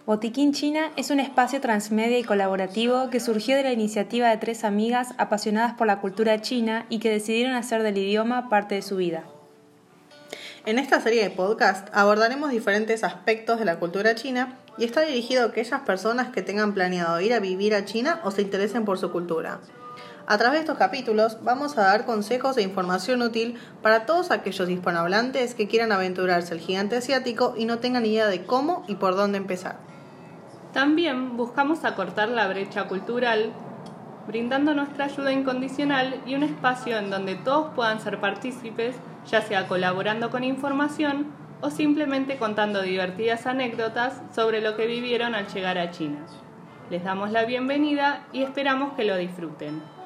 Botiquín China es un espacio transmedia y colaborativo que surgió de la iniciativa de 3 amigas apasionadas por la cultura china y que decidieron hacer del idioma parte de su vida. En esta serie de podcast abordaremos diferentes aspectos de la cultura china y está dirigido a aquellas personas que tengan planeado ir a vivir a China o se interesen por su cultura. A través de estos capítulos vamos a dar consejos e información útil para todos aquellos hispanohablantes que quieran aventurarse al gigante asiático y no tengan idea de cómo y por dónde empezar. También buscamos acortar la brecha cultural, brindando nuestra ayuda incondicional y un espacio en donde todos puedan ser partícipes, ya sea colaborando con información o simplemente contando divertidas anécdotas sobre lo que vivieron al llegar a China. Les damos la bienvenida y esperamos que lo disfruten.